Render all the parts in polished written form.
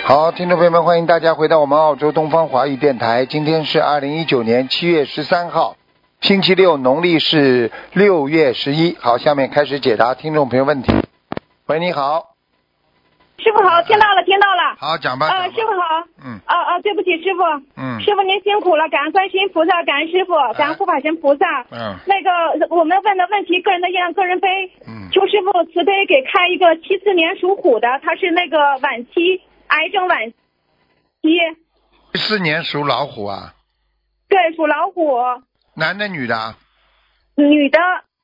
好，听众朋友们，欢迎大家回到我们澳洲东方华语电台。今天是2019年7月13号，星期六，农历是6月11。好，下面开始解答听众朋友问题。喂，你好。 师傅好，听到了。 好，讲吧。 师傅好。对不起，师傅。师傅您辛苦了，感恩观世音菩萨，感恩师傅，感恩护法神菩萨。那个我们问的问题，个人的业障个人背。求师傅慈悲给开一个74年属虎的，他是那个晚期癌症晚期。 74年属老虎啊？ 对，属老虎。 男的女的？ 女的。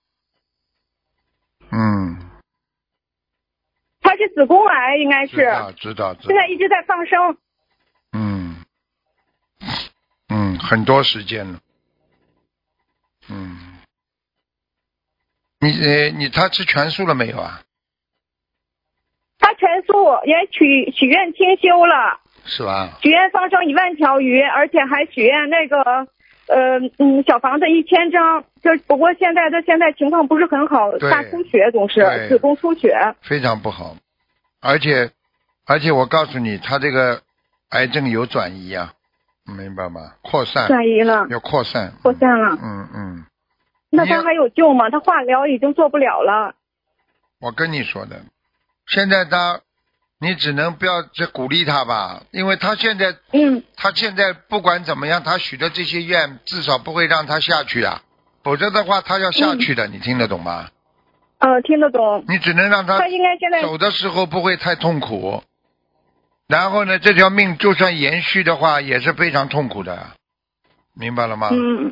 他是子宫癌，应该是。 知道。 现在一直在放生。 很多时间了。他吃全素了没有啊？ 他全素，也许愿清修了。 是吧？ 许愿放生1万条鱼，而且还许愿那个小房子1000张。不过现在情况不是很好，大出血，总是子宫出血， 非常不好。而且我告诉你，他这个癌症有转移啊，明白吗？扩散。 转移了。 要扩散。 扩散了。那他还有救吗？他化疗已经做不了了。 我跟你说的，现在你只能不要再鼓励他吧，因为他现在不管怎么样，他许的这些愿至少不会让他下去的，否则的话他要下去的，你听得懂吗？ 听得懂。 你只能让他应该现在走的时候不会太痛苦，然后呢，这条命就算延续的话也是非常痛苦的，明白了吗？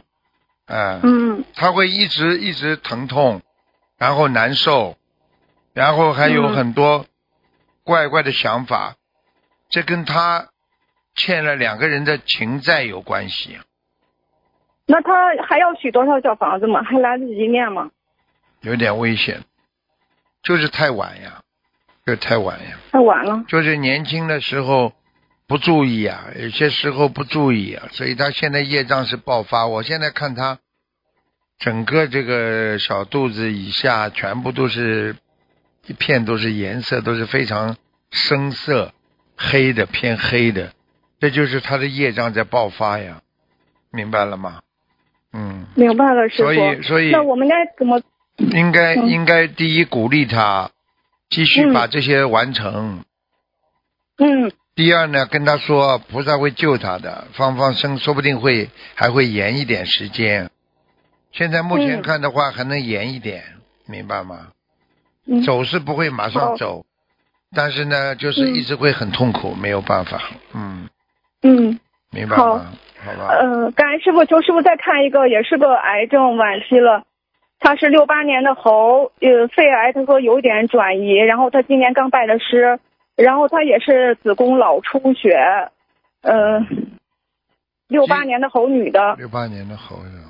他会一直疼痛，然后难受，然后还有很多怪怪的想法，这跟他欠了2个人的情债有关系。 那他还要许多少小房子吗？还来得及念吗？ 有点危险，就是太晚呀。太晚了。就是年轻的时候不注意啊，有些时候不注意啊，所以他现在业障是爆发。我现在看他整个这个小肚子以下全部都是一片，都是颜色都是非常深色，黑的，偏黑的，这就是他的业障在爆发呀，明白了吗？ 明白了，师傅。所以那我们应该怎么？ 应该第一鼓励他继续把这些完成。第二呢，跟他说菩萨会救他的，放生，说不定还会延一点时间。现在目前看的话还能延一点，明白吗？走是不会马上走，但是呢就是一直会很痛苦，没有办法。明白吗？好吧。 感恩师傅，求师傅再看一个，也是个癌症晚期了。他是68年的猴，肺癌，他说有点转移，然后他今年刚拜的师，然后他也是子宫老出血。68年的猴女的。 68年的猴女。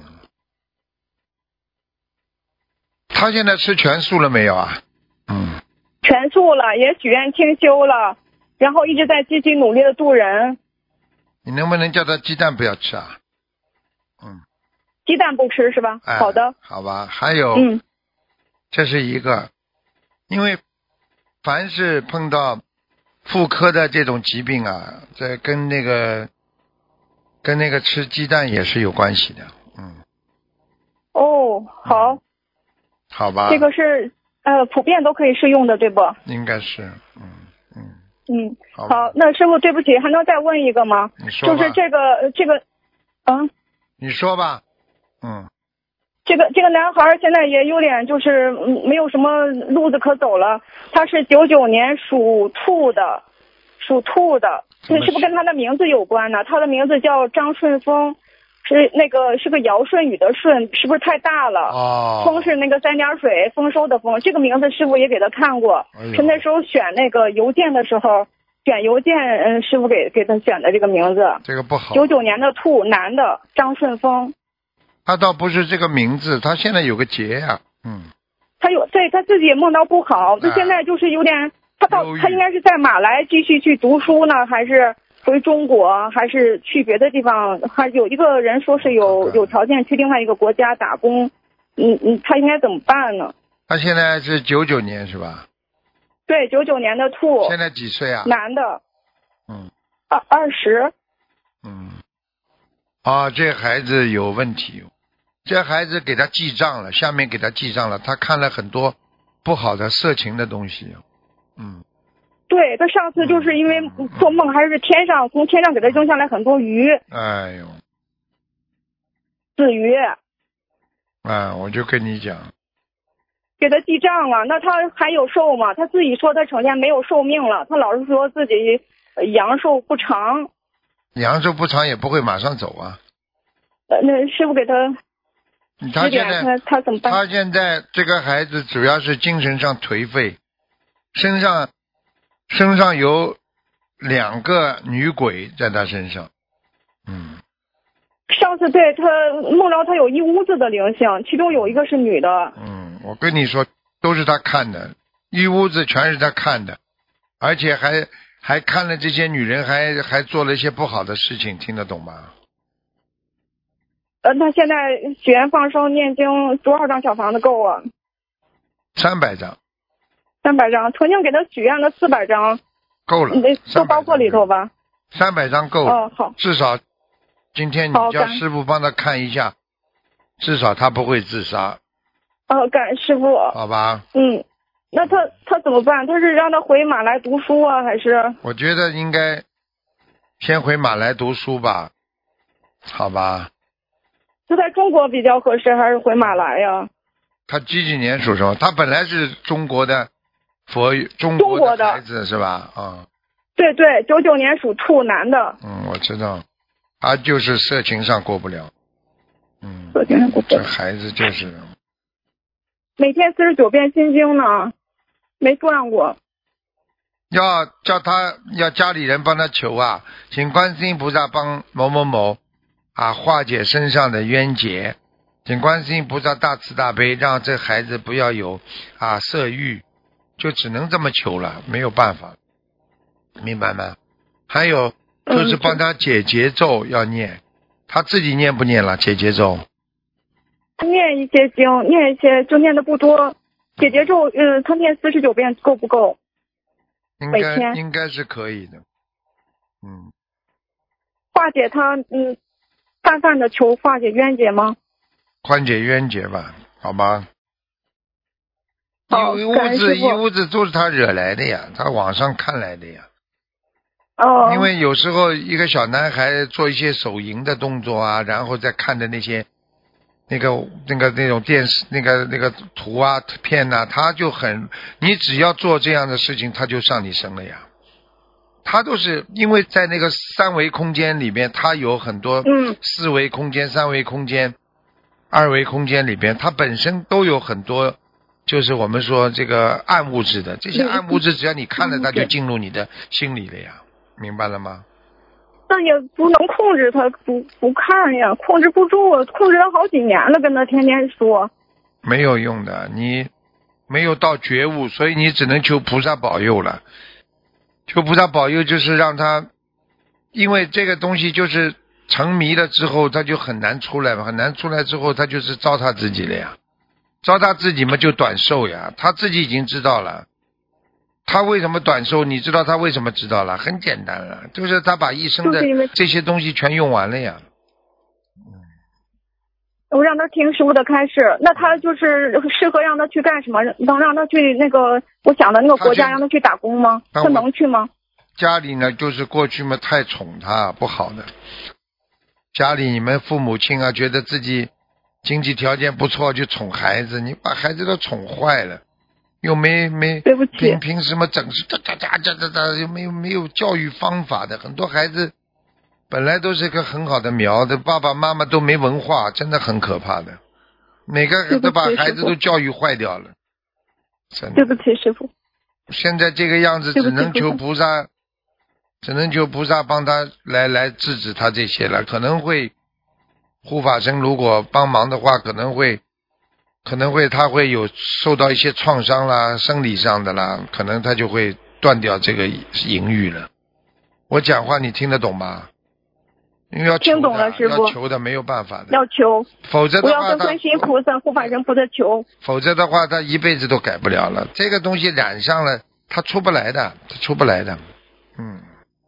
他现在吃全素了没有啊？ 全素了，也许愿清修了，然后一直在积极努力的度人。 你能不能叫他鸡蛋不要吃啊？ 鸡蛋不吃是吧？好的。 好吧，还有，这是一个，因为凡是碰到妇科的这种疾病啊，这跟那个吃鸡蛋也是有关系的。 好。 好吧。 这个是普遍都可以适用的，对不？ 应该是。 好，那师傅对不起，还能再问一个吗？ 你说吧。 就是这个你说吧。 这个男孩现在也有点就是没有什么路子可走了。他是99年属兔的，是不是跟他的名字有关呢？他的名字叫张顺丰，是个尧舜禹的舜，是不是太大了？丰是那个3点水，丰收的丰。这个名字师傅也给他看过，是那时候选那个邮件的时候，选邮件师傅给他选的这个名字。 这个不好。 99年的兔，男的，张顺丰。 他倒不是这个名字，他现在有个劫呀。 对，他自己也梦到不好，他现在就是有点，他应该是在马来继续去读书呢，还是回中国，还是去别的地方？还有一个人说是有条件去另外一个国家打工，他应该怎么办呢？ 他现在是99年是吧？ 对，99年的兔。 现在几岁啊？ 男的 20。 这孩子有问题，这孩子给他记账了，下面给他记账了，他看了很多不好的色情的东西。 对，他上次就是因为做梦还是从天上给他扔下来很多鱼。 哎呦， 死鱼。 我就跟你讲， 给他记账了，那他还有寿吗？他自己说他成天没有寿命了，他老是说自己阳寿不长。 阳寿不长也不会马上走啊。 那师傅给他指点他怎么办？ 他现在这个孩子主要是精神上颓废，身上有2个女鬼在他身上。 上次对他梦到他有一屋子的灵性，其中有一个是女的。 我跟你说，都是他看的，一屋子全是他看的，而且还看了这些女人，还做了一些不好的事情，听得懂吗？ 他现在许愿放生念经多少张小房子够啊 ？300张。 300张，曾经给他许愿了400张。 够了。 都包括里头吧 ？300张够了。 好。 至少今天你叫师傅帮他看一下，至少他不会自杀。 感恩师傅。 好吧。 那他怎么办？他是让他回马来读书啊，还是？我觉得应该先回马来读书吧，好吧。 是在中国比较合适，还是回马来呀？ 他几年属什么？他本来是中国的中国的孩子是吧？ 对，99年属兔男的。 我知道，他就是色情上过不了。 色情上过不了。 这孩子就是。 每天49遍心经呢，没断过。 要叫他要家里人帮他求啊，请观世音菩萨帮某某某化解身上的冤结，请观世音菩萨大慈大悲，让这孩子不要有色欲，就只能这么求了，没有办法，明白吗？还有就是帮他解结咒要念，他自己念不念了解结咒？ 念一些经，念一些就念的不多。解结咒，他念49遍够不够？ 应该是可以的。 化解他泛泛的求化解冤结吗？ 化解冤结吧，好吧。 好， 一屋子都是他惹来的呀，他网上看来的呀。因为有时候一个小男孩做一些手淫的动作啊，然后再看的那些那种电视那个图啊片啊，他就你只要做这样的事情，他就上你身了呀。他都是因为在那个3维空间里面，他有很多4维空间、3维空间、2维空间里边，它本身都有很多，就是我们说这个暗物质的，这些暗物质只要你看了，它就进入你的心里了呀，明白了吗？ 那也不能控制他不看呀，控制不住，控制了好几年了，跟他天天说。 没有用的，你没有到觉悟，所以你只能求菩萨保佑了。求菩萨保佑就是让他，因为这个东西就是沉迷了之后，他就很难出来嘛，很难出来之后，他就是糟蹋自己了呀。糟蹋自己嘛，就短寿呀。他自己已经知道了，他为什么短寿？你知道他为什么知道了？很简单了，就是他把一生的这些东西全用完了呀。 我让他听师傅的开示，那他就是适合让他去干什么？能让他去那个我想的那个国家，让他去打工吗？他能去吗？ 家里呢，就是过去嘛太宠他，不好的。家里你们父母亲啊，觉得自己经济条件不错，就宠孩子，你把孩子都宠坏了，又没对不起， 凭什么整是又没有教育方法的，很多孩子。本来都是个很好的苗的，爸爸妈妈都没文化，真的很可怕的。每个人都把孩子都教育坏掉了。 对不起，师傅。 现在这个样子，只能求菩萨帮他来制止他这些了。可能会护法神如果帮忙的话，可能会他会有受到一些创伤啦，生理上的啦，可能他就会断掉这个淫欲了。我讲话你听得懂吗？因为听懂了，师傅。 要求的没有办法的。 要求。 否则的话， 我要跟观世音菩萨、护法神菩萨求。 否则的话，他一辈子都改不了了。这个东西染上了，他出不来的。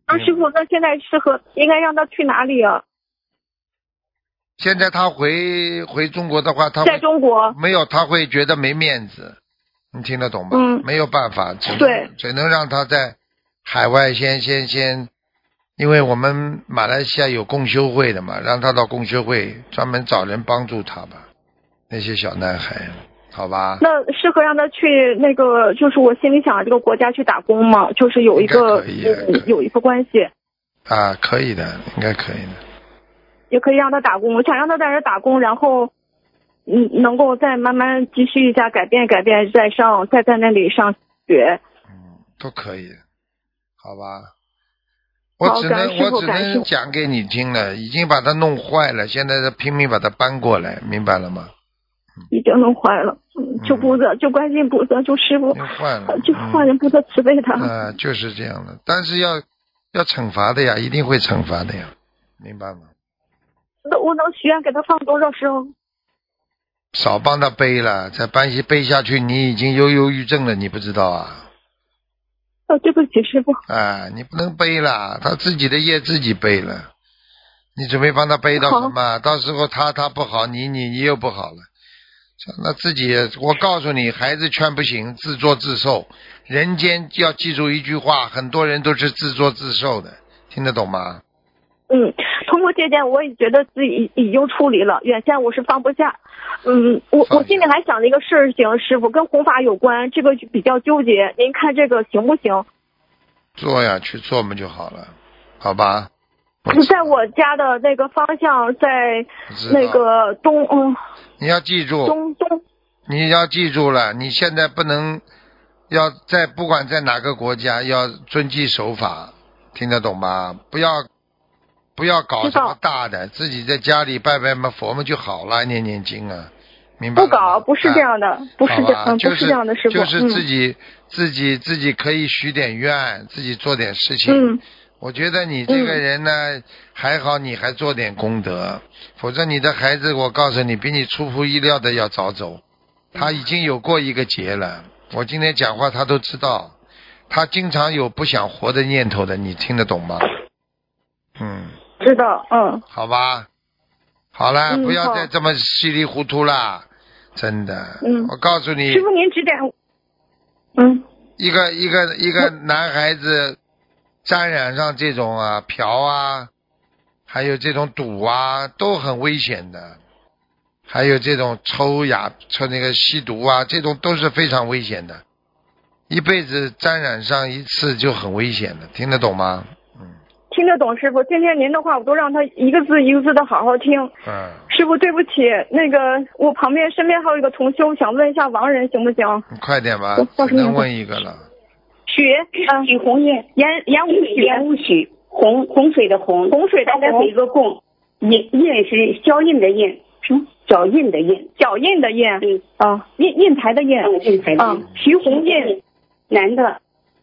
师傅，那现在应该让他去哪里啊？ 现在他回中国的话，他在中国没有，他会觉得没面子，你听得懂吗？没有办法，只能让他在海外先，因为我们马来西亚有共修会的嘛，让他到共修会专门找人帮助他吧，那些小男孩，好吧？ 那适合让他去那个，就是我心里想这个国家去打工嘛，就是有一个有一个关系啊，可以的，应该可以的， 也可以让他打工。我想让他在这打工，然后能够再慢慢继续一下改变，再在那里上学， 都可以，好吧？我只能讲给你听了，已经把它弄坏了，现在拼命把它搬过来，明白了吗？ 已经弄坏了，求菩萨，求观世音菩萨，求师傅，就化人菩萨慈悲他。 就是这样的，但是要惩罚的呀，一定会惩罚的呀，明白吗？ 我能许愿给他放多少声？ 少帮他背了，再背下去，你已经有忧郁症了，你不知道啊？ 对不起，师傅。 你不能背了，他自己的业自己背了，你准备帮他背到什么？到时候他不好，你又不好了。那自己，我告诉你，孩子劝不行，自作自受。人间要记住一句话，很多人都是自作自受的，听得懂吗？ 通过这件，我也觉得自己已经处理了，原先我是放不下。我心里还想了一个事情，师傅，跟弘法有关，这个比较纠结，您看这个行不行？ 做呀，去做嘛就好了，好吧？ 在我家的那个方向，在那个东， 你要记住， 东， 你要记住了，你现在不能不管在哪个国家，要遵纪守法，听得懂吗？不要搞什么大的，自己在家里拜拜嘛佛嘛就好了，念经啊，明白吗？ 不搞，不是这样的，不是这样的，师傅。 就是自己可以许点愿，自己做点事情。我觉得你这个人呢，还好你还做点功德，否则你的孩子，我告诉你，比你出乎意料的要早走。他已经有过一个劫了，我今天讲话他都知道，他经常有不想活的念头的，你听得懂吗？ 知道， 好吧，好了，不要再这么稀里糊涂啦，真的。我告诉你， 师傅您指点。 一个男孩子沾染上这种嫖啊，还有这种赌啊，都很危险的。还有这种抽那个吸毒啊，这种都是非常危险的。一辈子沾染上一次就很危险的，听得懂吗？ 听得懂，师傅。今天您的话我都让他一个字一个字的好好听。师傅对不起，那个我身边还有一个同修，想问一下亡人行不行？ 快点吧，只能问一个了。 许红艳， 言无许，洪水的洪， 洪水的洪， 再给一个共，印是消印的印，什么？脚印的印， 脚印的印，印台的印， 印台的印。 徐红印， 男的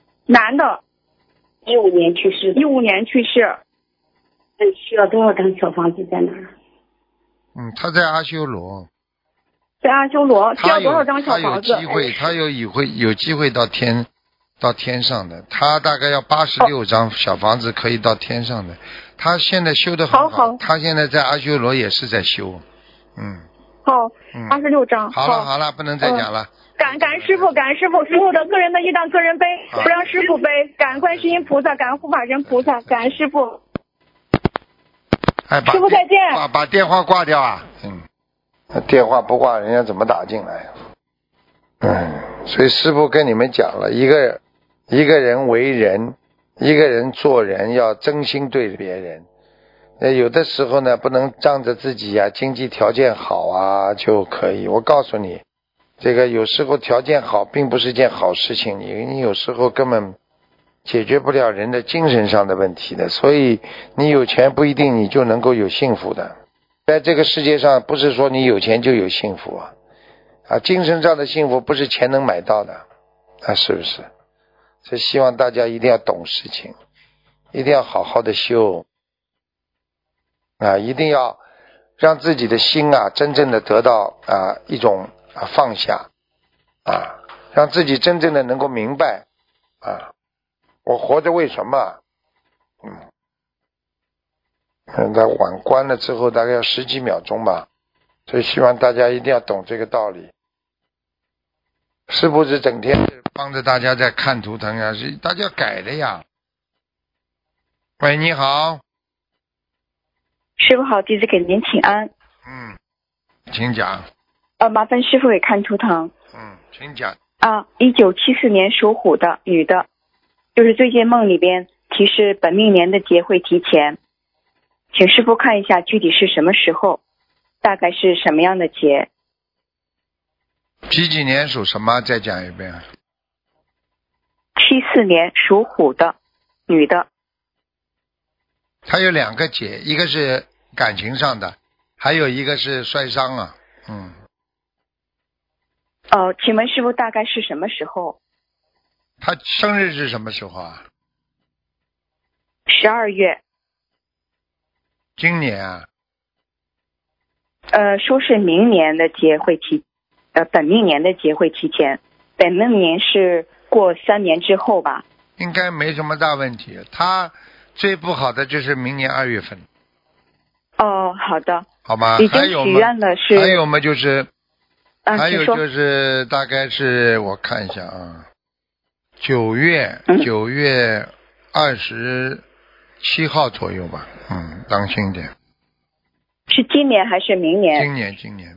，15年去世。需要多少张小房子在哪儿？ 他在阿修罗。 需要多少张小房子？ 他有机会到天上的，他大概要86张小房子可以到天上的。他现在修得很好，他现在在阿修罗也是在修。 86张。 好了，不能再讲了。 感恩师傅，所有的个人的业障个人背，不让师傅背。感恩观世音菩萨，感恩护法神菩萨，感恩师傅。师傅再见。 把电话挂掉啊！电话不挂，人家怎么打进来？所以师父跟你们讲了，一个人为人，一个人做人要真心对别人。有的时候呢，不能仗着自己经济条件好就可以。我告诉你，这个有时候条件好并不是件好事情，你有时候根本解决不了人的精神上的问题的。所以你有钱不一定你就能够有幸福的。在这个世界上，不是说你有钱就有幸福精神上的幸福不是钱能买到的是不是？所以希望大家一定要懂事情，一定要好好的修一定要让自己的心真正的得到一种放下让自己真正的能够明白我活着为什么？ 他碗关了之后大概要10几秒钟吧，所以希望大家一定要懂这个道理。师父是整天帮着大家在看图腾呀，是大家改的呀。喂，你好。 师父好，弟子给您请安。 请讲。 麻烦师父给看图腾。 请讲。 1974年属虎的女的，就是最近梦里边提示本命年的劫会提前，请师父看一下具体是什么时候，大概是什么样的劫。 几年属什么？再讲一遍。 74年属虎的女的。 她有2个劫，一个是感情上的，还有一个是摔伤啊。 请问师父大概是什么时候？ 她生日是什么时候啊 ？12月。 今年啊？ 说是明年的劫会本命年的劫会提前，本命年是过3年之后吧？ 应该没什么大问题。她最不好的就是明年2月份。 好的。 好吗？ 已经许愿了是。 还有嘛就是。还有就是大概是我看一下啊，9月27号左右吧。当心一点。 是今年还是明年？ 今年。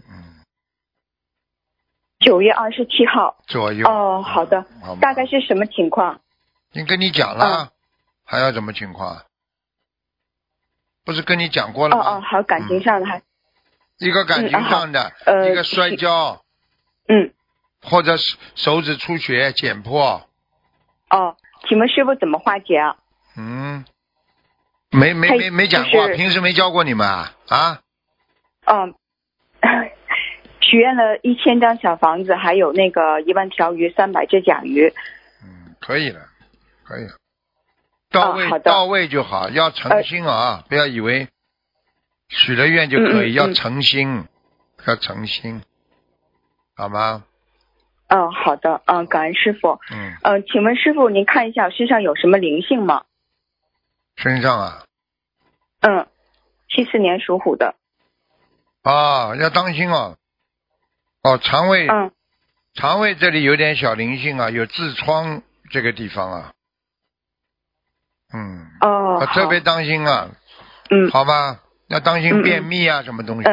9月27号左右。 好的。大概是什么情况？ 已经跟你讲了。还要什么情况？不是跟你讲过了吗？ 好，感情上的还。 一个感情上的，一个摔跤，或者手指出血剪破。 请问师父怎么化解啊？ 没讲过，平时没教过你们啊？ 许愿了1000张小房子，还有那个1万条鱼，300只甲鱼。 可以了。到位就好，要诚心啊，不要以为许了愿就可以，要诚心，好吗？ 好的。感恩师父。请问师父，您看一下身上有什么灵性吗？ 身上啊 ？74年属虎的。 要当心哦。肠胃这里有点小灵性啊，有痔疮这个地方啊。特别当心啊。好吧，要当心便秘啊，什么东西。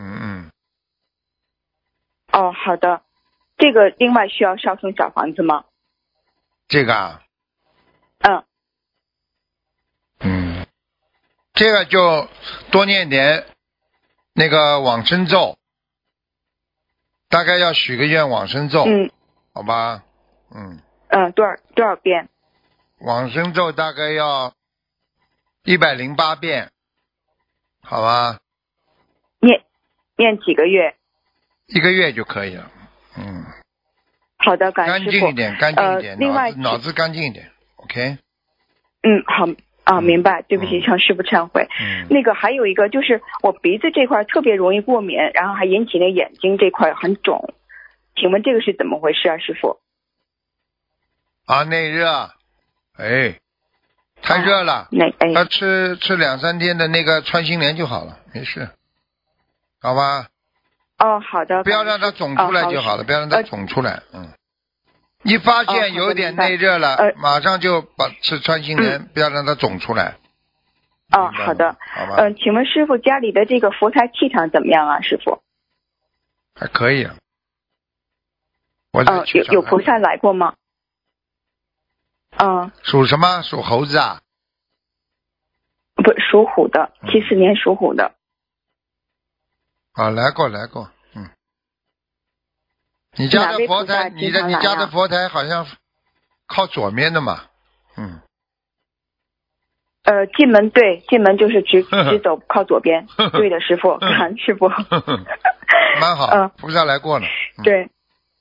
好的。这个另外需要烧送小房子吗？ 这个啊。这个就多念点那个往生咒，大概要许个愿往生咒。好吧。 多少遍？ 往生咒大概要108遍，好吧？ 念几个月 ？1个月就可以了。 好的，感恩师父。 干净一点， 另外脑子干净一点。OK。 好。明白，对不起，向师父忏悔。那个还有一个就是我鼻子这块特别容易过敏，然后还引起那眼睛这块很肿，请问这个是怎么回事啊，师父？ 内热。太热了。他吃2-3天的那个穿心莲就好了，没事，好吧？ 好的。 不要让它肿出来就好了，不要让它肿出来。一发现有点内热了，马上就吃穿心莲，不要让它肿出来。 好的。 好吧。 请问师父家里的这个佛台气场怎么样啊，师父？ 还可以。 有菩萨来过吗？ 属什么？属猴子啊？ 不，属虎的，74年属虎的。 来过。你家的佛台，你家的佛台好像靠左面的嘛？ 进门就是直走靠左边。对的，师父，感恩师父。 蛮好。菩萨来过了。 对。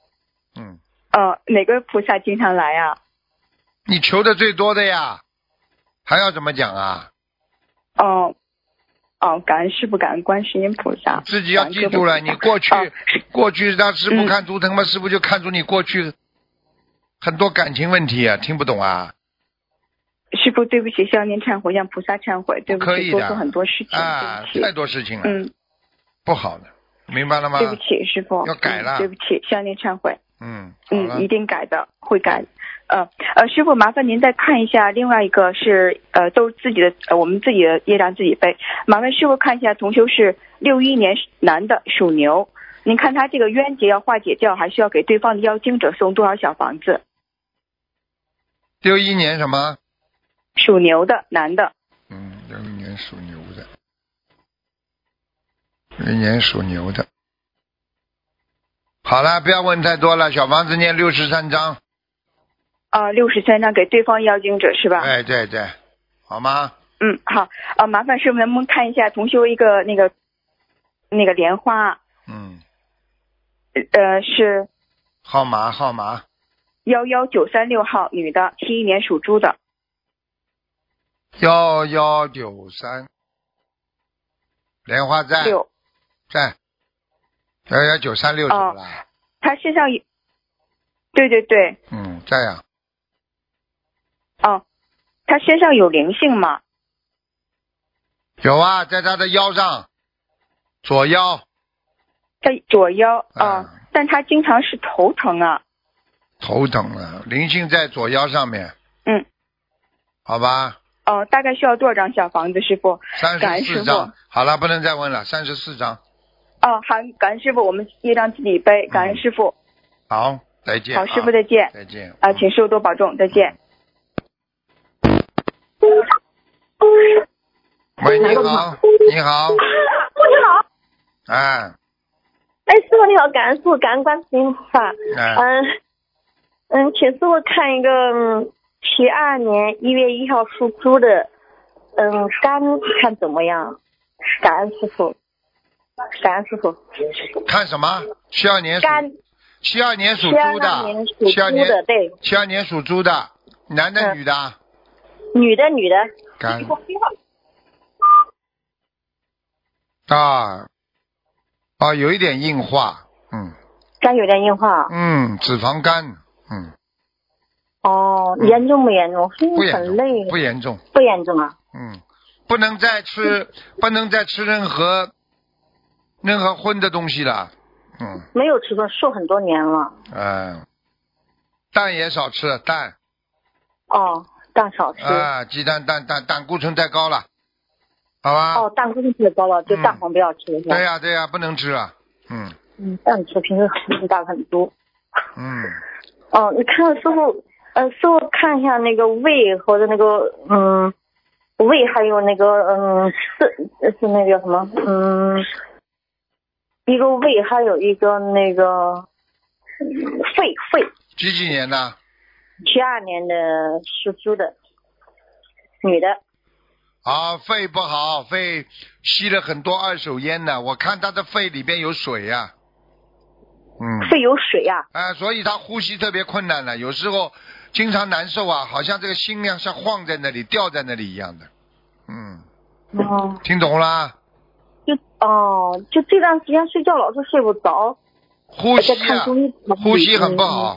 哪个菩萨经常来啊？ 你求的最多的呀，还要怎么讲啊？ 感恩师父，感恩观世音菩萨。 自己要记住了，你过去让师父看图腾嘛，师父就看出你过去很多感情问题啊，听不懂啊？ 师傅对不起，向您忏悔，向菩萨忏悔，对不起，做错很多事情啊，太多事情了，不好的，明白了吗？ 对不起，师傅， 要改了， 对不起，向您忏悔， 一定改的，会改。师傅，麻烦您再看一下，另外一个是都是自己的，我们自己的业障自己背。麻烦师傅看一下，同修是61年男的，属牛。您看他这个冤结要化解掉，还需要给对方的妖精者送多少小房子 ？61年什么？ 属牛的男的。 61年属牛的。61年属牛的。好了，不要问太多了，小房子念63章。 63章给对方妖精者是吧？ 对，好吗？ 好。麻烦师傅能不能看一下同修一个那个莲花？是号码 11936号，女的，71年属猪的。 1193，莲花在11936是吧？ 他身上有，对， 在呀。 他身上有灵性吗？ 有啊，在他的腰上，左腰。 在左腰但他经常是头疼啊。 头疼了，灵性在左腰上面。好吧。 大概需要多少张小房子，师傅 ？34张。好了，不能再问了，34张。 好，感恩师傅，我们业障自己背，感恩师傅。 好，再见。 好，师傅再见。 再见。 请师傅多保重，再见。 喂，你好。你好。 师傅你好，感恩师傅，感恩观世音菩萨。请师傅看一个72年1月1号属猪的，肝看怎么样？感恩师傅。 看什么？72年肝。 72年属猪的。72年属猪的，男的女的？ 女的。 肝。有一点硬化， 肝有点硬化。 脂肪肝， 严重不严重？ 不严重， 很累。 不严重。 不严重啊。 不能再吃任何荤的东西了。 没有吃过，瘦很多年了。 蛋也少吃，蛋。 蛋少吃。 鸡蛋胆固醇太高了，好吧？ 胆固醇太高了，就蛋黄不要吃了。 对呀，不能吃了。 蛋吃平时很大很多。你看师傅看一下那个胃或者那个胃，还有那个是那个什么一个胃，还有一个那个肺。 几年的 ？72年的属猪的女的。 肺不好，肺吸了很多二手烟呢，我看她的肺里边有水呀。 肺有水呀。 所以她呼吸特别困难了，有时候经常难受啊，好像这个心量像晃在那里，吊在那里一样的。听懂了？ 就这段时间睡觉老是睡不着， 呼吸很不好，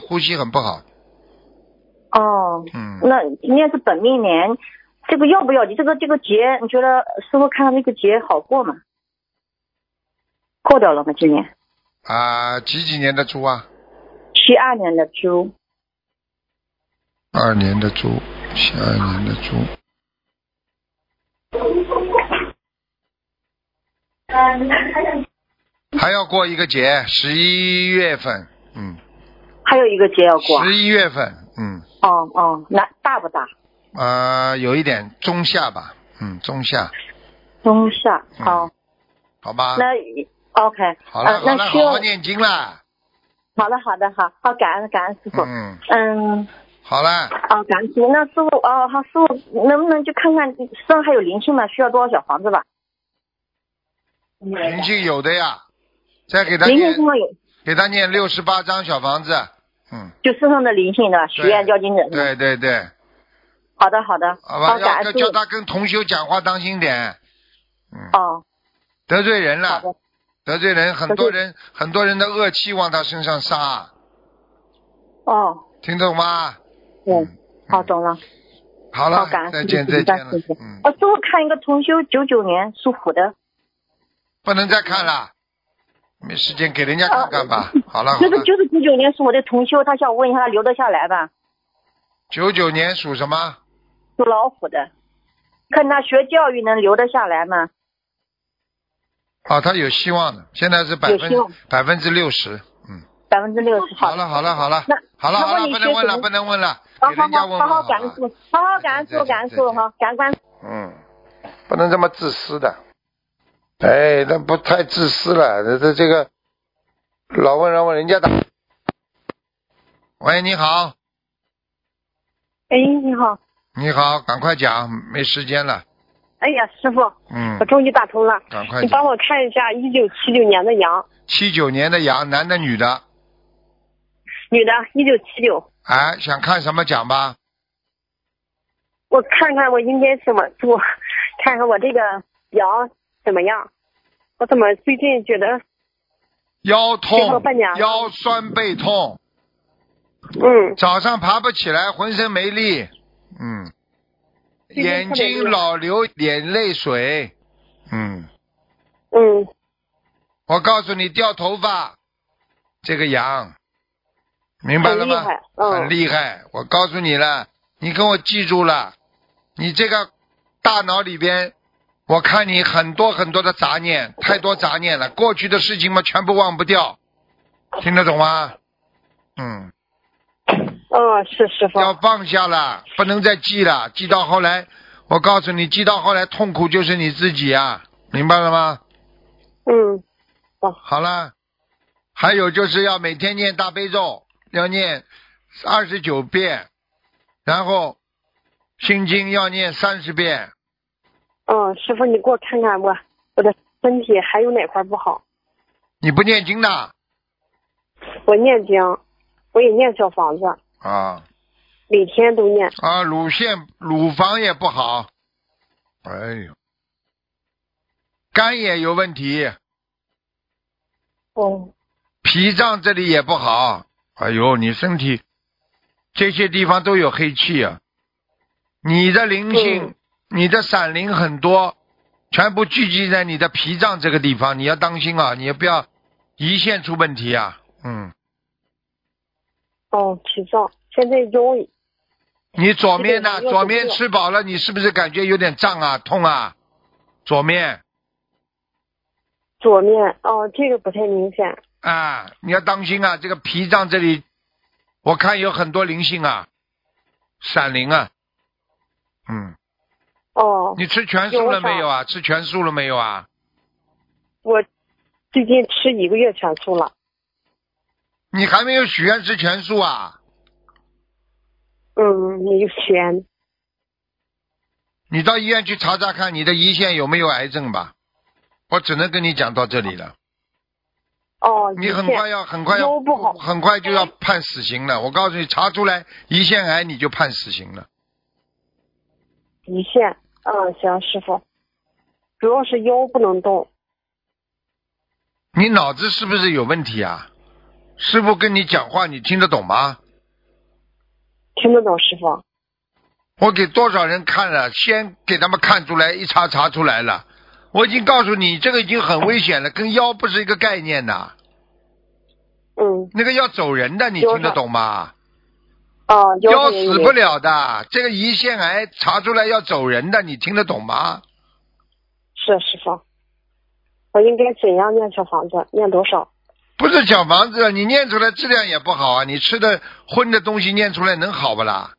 那今天是本命年，这个要不要？你这个节，你觉得师傅看看这个节好过吗？过掉了吗？今年？ 几年的猪啊 ？72年的猪。 72年的猪。还要过一个节，11月份。 还有一个节要过。 11月份。 那大不大？ 有一点中下吧。中下。好吧。 那 OK。 好了，好好念经啦。 好，感恩师傅。 好了。 感恩师傅。那师傅师傅能不能就看看身上还有灵性吗？需要多少小房子吧？ 灵性有的呀，再给他念68张小房子。 就身上的灵性的许愿交金者。 对。 好的。 好吧，要叫他跟同修讲话当心点。得罪人了。得罪人，很多人的恶气往他身上撒。听懂吗？ 懂了。 好了，再见再见了。师傅看一个同修，99年属虎的。 不能再看了，没时间给人家看看吧。好了。 就是99年属我的同修，他想问一下他留得下来吧。 99年属什么？ 属老虎的，看他学教育能留得下来吗？ 他有希望的，现在是60%。 60%。 好了，不能问了，给人家问问。 好感恩师父，好感恩。 不能这么自私的。那不太自私了，这个老问人家打。喂，你好。 你好。 你好，赶快讲，没时间了。 哎呀，师傅，我终于打通了。 赶快， 你帮我看一下1979年的羊。 79年的羊，男的女的？ 女的，1979。 想看什么讲吧？ 我看看我应该怎么做，看看我这个羊怎么样。我怎么最近觉得腰痛、腰酸背痛？早上爬不起来，浑身没力。眼睛老流眼泪水。我告诉你，掉头发，这个羊，明白了吗？很厉害。我告诉你了，你跟我记住了，你这个大脑里边，我看你很多很多的杂念，太多杂念了，过去的事情嘛，全部忘不掉，听得懂吗？ 是师父。 要放下了，不能再记了，记到后来，我告诉你，记到后来痛苦就是你自己啊，明白了吗？好了，还有就是要每天念大悲咒，要念29遍，然后心经要念30遍。 师父，你给我看看我的身体还有哪块不好？ 你不念经的？ 我念经，我也念小房子。每天都念。 乳房也不好。肝也有问题。脾脏这里也不好。你身体这些地方都有黑气啊。你的灵性，你的闪灵很多，全部聚集在你的脾脏这个地方，你要当心啊，你不要胰腺出问题啊。 脾脏现在腰。 你左面呢？左面吃饱了，你是不是感觉有点胀啊、痛啊？左面。 这个不太明显。 你要当心啊，这个脾脏这里，我看有很多灵性啊，闪灵啊。你吃全素了没有啊？吃全素了没有啊？ 我最近吃1个月全素了。 你还没有许愿吃全素啊？ 没有许愿。 你到医院去查查看你的胰腺有没有癌症吧。我只能跟你讲到这里了。你很快就要判死刑了。我告诉你，查出来胰腺癌你就判死刑了。 胰腺，行，师傅。主要是腰不能动。 你脑子是不是有问题啊？师傅跟你讲话，你听得懂吗？ 听得懂，师傅。 我给多少人看了，先给他们看出来，一查出来了。我已经告诉你，这个已经很危险了，跟腰不是一个概念的。那个要走人的，你听得懂吗？腰死不了的，这个胰腺癌查出来要走人的，你听得懂吗？ 是师傅。我应该怎样念小房子？念多少？ 不是小房子，你念出来质量也不好啊！你吃的荤的东西念出来能好不啦？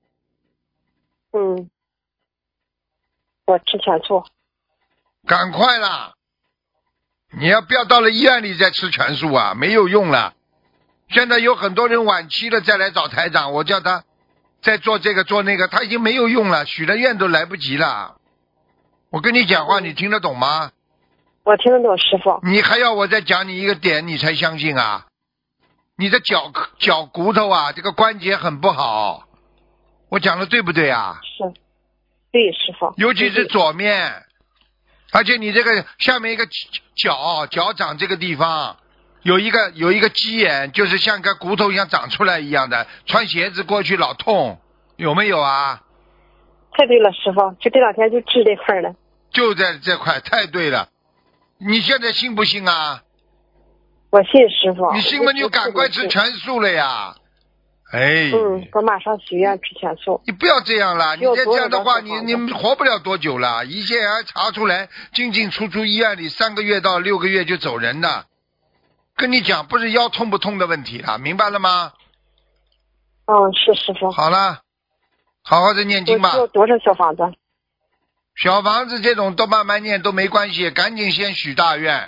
我吃全素。 赶快啦！你要不要到了医院里再吃全素啊？没有用了。现在有很多人晚期了再来找台长，我叫他再做这个做那个，他已经没有用了，许了愿都来不及了。我跟你讲话，你听得懂吗？ 我听得懂，师傅。 你还要我再讲你一个点你才相信啊？你的脚骨头啊，这个关节很不好，我讲的对不对啊？ 是，对，师傅。 尤其是左面，而且你这个下面一个脚掌这个地方有一个鸡眼，就是像个骨头一样长出来一样的，穿鞋子过去老痛，有没有啊？ 太对了，师傅，就这两天就治这块了。 就在这块，太对了。你现在信不信啊？ 我信师傅。 你信嘛就赶快吃全素了呀！哎。 我马上许愿吃全素。 你不要这样了，你再这样的话，你活不了多久了。胰腺癌查出来，进出医院里3个月到6个月就走人的。跟你讲，不是腰痛不痛的问题了，明白了吗？ 是师傅。 好了，好好的念经吧。 有多少小房子？ 小房子这种都慢慢念都没关系，赶紧先许大愿。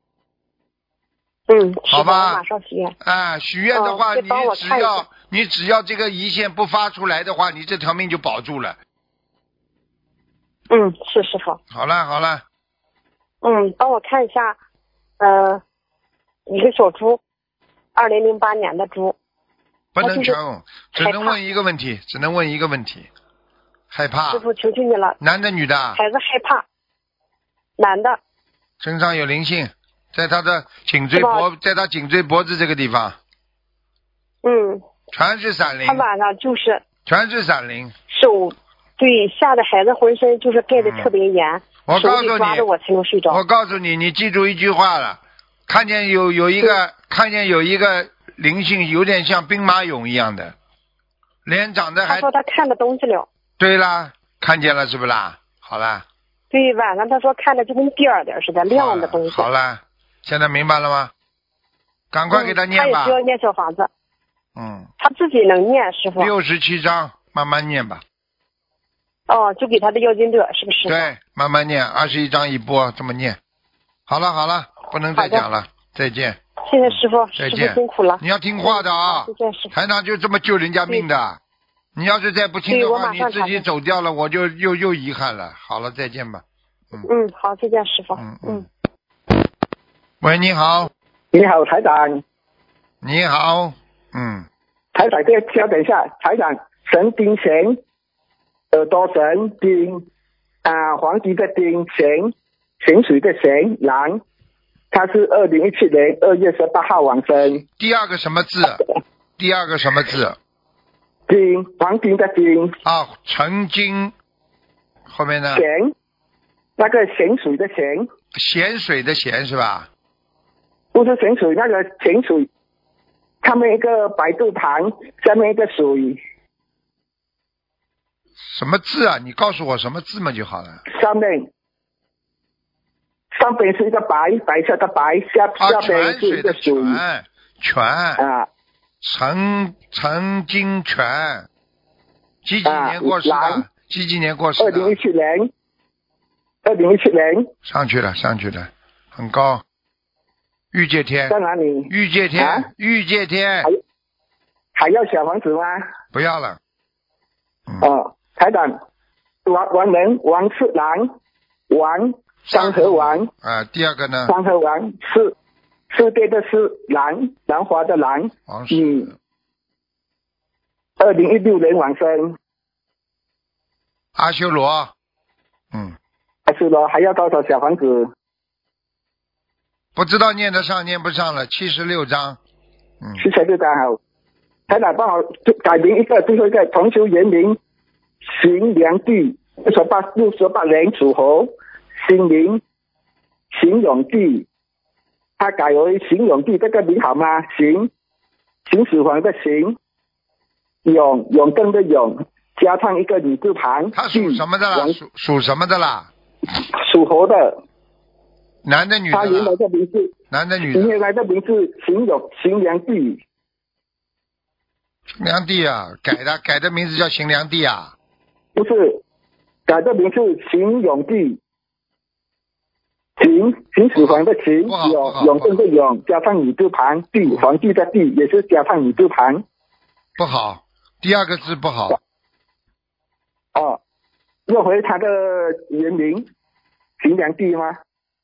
好吧。 马上许愿。 许愿的话，你只要这个胰腺不发出来的话，你这条命就保住了。 是师傅。 好了。 帮我看一下，一个小猪，2008年的猪。 不能全问，只能问一个问题，害怕。 师傅，求求你了。 男的女的？ 孩子害怕。男的。 身上有灵性，在他的颈椎脖子这个地方。全是闪灵。 他晚上就是。 全是闪灵。 手，对，吓得孩子浑身就是盖得特别严。 我告诉你， 抓着我才能睡着。 我告诉你，你记住一句话了，看见有一个灵性，有点像兵马俑一样的，脸长得还。 他说他看到东西了。 对啦，看见了是不是啦？好啦。 对，晚上他说看着就跟点儿似的亮的东西。 好啦，现在明白了吗？赶快给他念吧。 他也需要念小房子。他自己能念，师傅。 67章，慢慢念吧。 就给他的要经者是不是？ 对，慢慢念，21章一波，这么念。好了，不能再讲了，再见。 谢谢师傅， 再见。 师傅辛苦了。 你要听话的啊！ 再见，师傅。 台长就这么救人家命的，你要是再不听的话，你自己走掉了，我就又遗憾了。好了，再见吧。 好，再见，师傅。 喂，你好。 你好，台长。 你好。 台长，稍等一下，台长，神丁贤，耳朵神丁，皇帝的丁贤，咸水的咸，狼。他是2017年2月18号往生。 第二个什么字？ 丁，黄丁的丁。 陈金。后面呢？ 咸，那个咸水的咸。 咸水的咸是吧？ 不是咸水，那个咸水，上面一个百度旁，下面一个水。 什么字啊？你告诉我什么字嘛就好了。 上边是一个白色的白，下边是一个水。 泉。陈金泉。几几年过世的？2017 年。 上去了，很高。御界天。 在哪里？ 御界天。御界天。 还要小房子吗？ 不要了。 台长，王是狼，山河王。 第二个呢？ 山河王世界的是兰花的兰。2016年往生。 阿修罗。 阿修罗还要多少小房子？ 不知道念得上念不上了，76章。 76章好。台长帮我改名一个，最后一个同修原名邢良地，68年属猴，姓名邢永地，他改为邢永地，这个名好吗？邢始皇的邢，永登的永，加上一个女字旁。 他属什么的啦？属什么的啦？ 属猴的。 男的女的？ 他原来的名字。 男的女的？ 原来的名字邢良地。 邢良地啊，改的名字叫邢良地啊？ 不是，改的名字邢永地。秦始皇的秦，永镇的永，加上女字旁，帝，皇帝的帝也是加上女字旁。 不好，第二个字不好。 要回他的原名邢良地吗？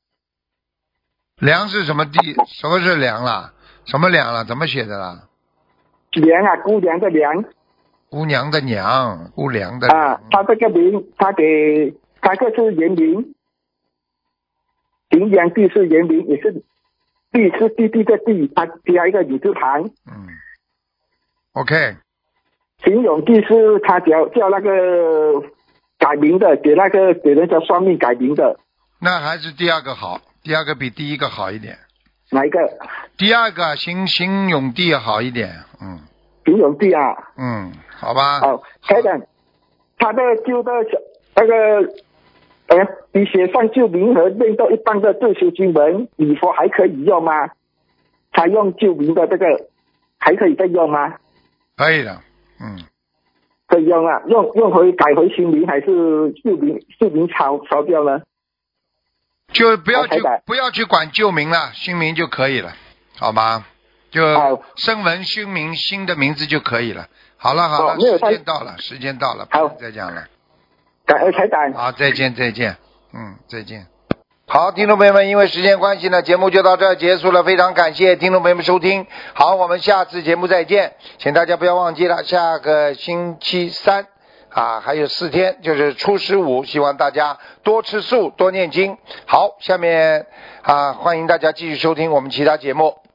良是什么地？什么是良啦？什么良啦？怎么写的啦？ 良啊，姑娘的良。 姑娘的娘，姑娘的。 他这个名，他给他这是原名。邢良地是原名，也是地是弟弟的地，他加一个女字旁。 OK。 邢永地是他叫那个改名的，给人家算命改名的。 那还是第二个好，第二个比第一个好一点。 哪一个？ 第二个邢永帝好一点， 邢永帝啊。 好吧。 好，台长，他的旧的那个比写上旧名和念到一般的自修经文，礼佛还可以用吗？他用旧名的这个还可以再用吗？ 可以的， 可以用啊，用回改回新名还是旧名烧掉呢？ 就不要去管旧名了，新名就可以了，好吗？就声闻熏名，新的名字就可以了。好了，时间到了，不能再讲了。 感恩台长。 好，再见。再见。好，听众朋友们，因为时间关系呢，节目就到这儿结束了。非常感谢听众朋友们收听。好，我们下次节目再见。请大家不要忘记了，下个星期三还有4天，就是初15，希望大家多吃素，多念经。好，下面欢迎大家继续收听我们其他节目。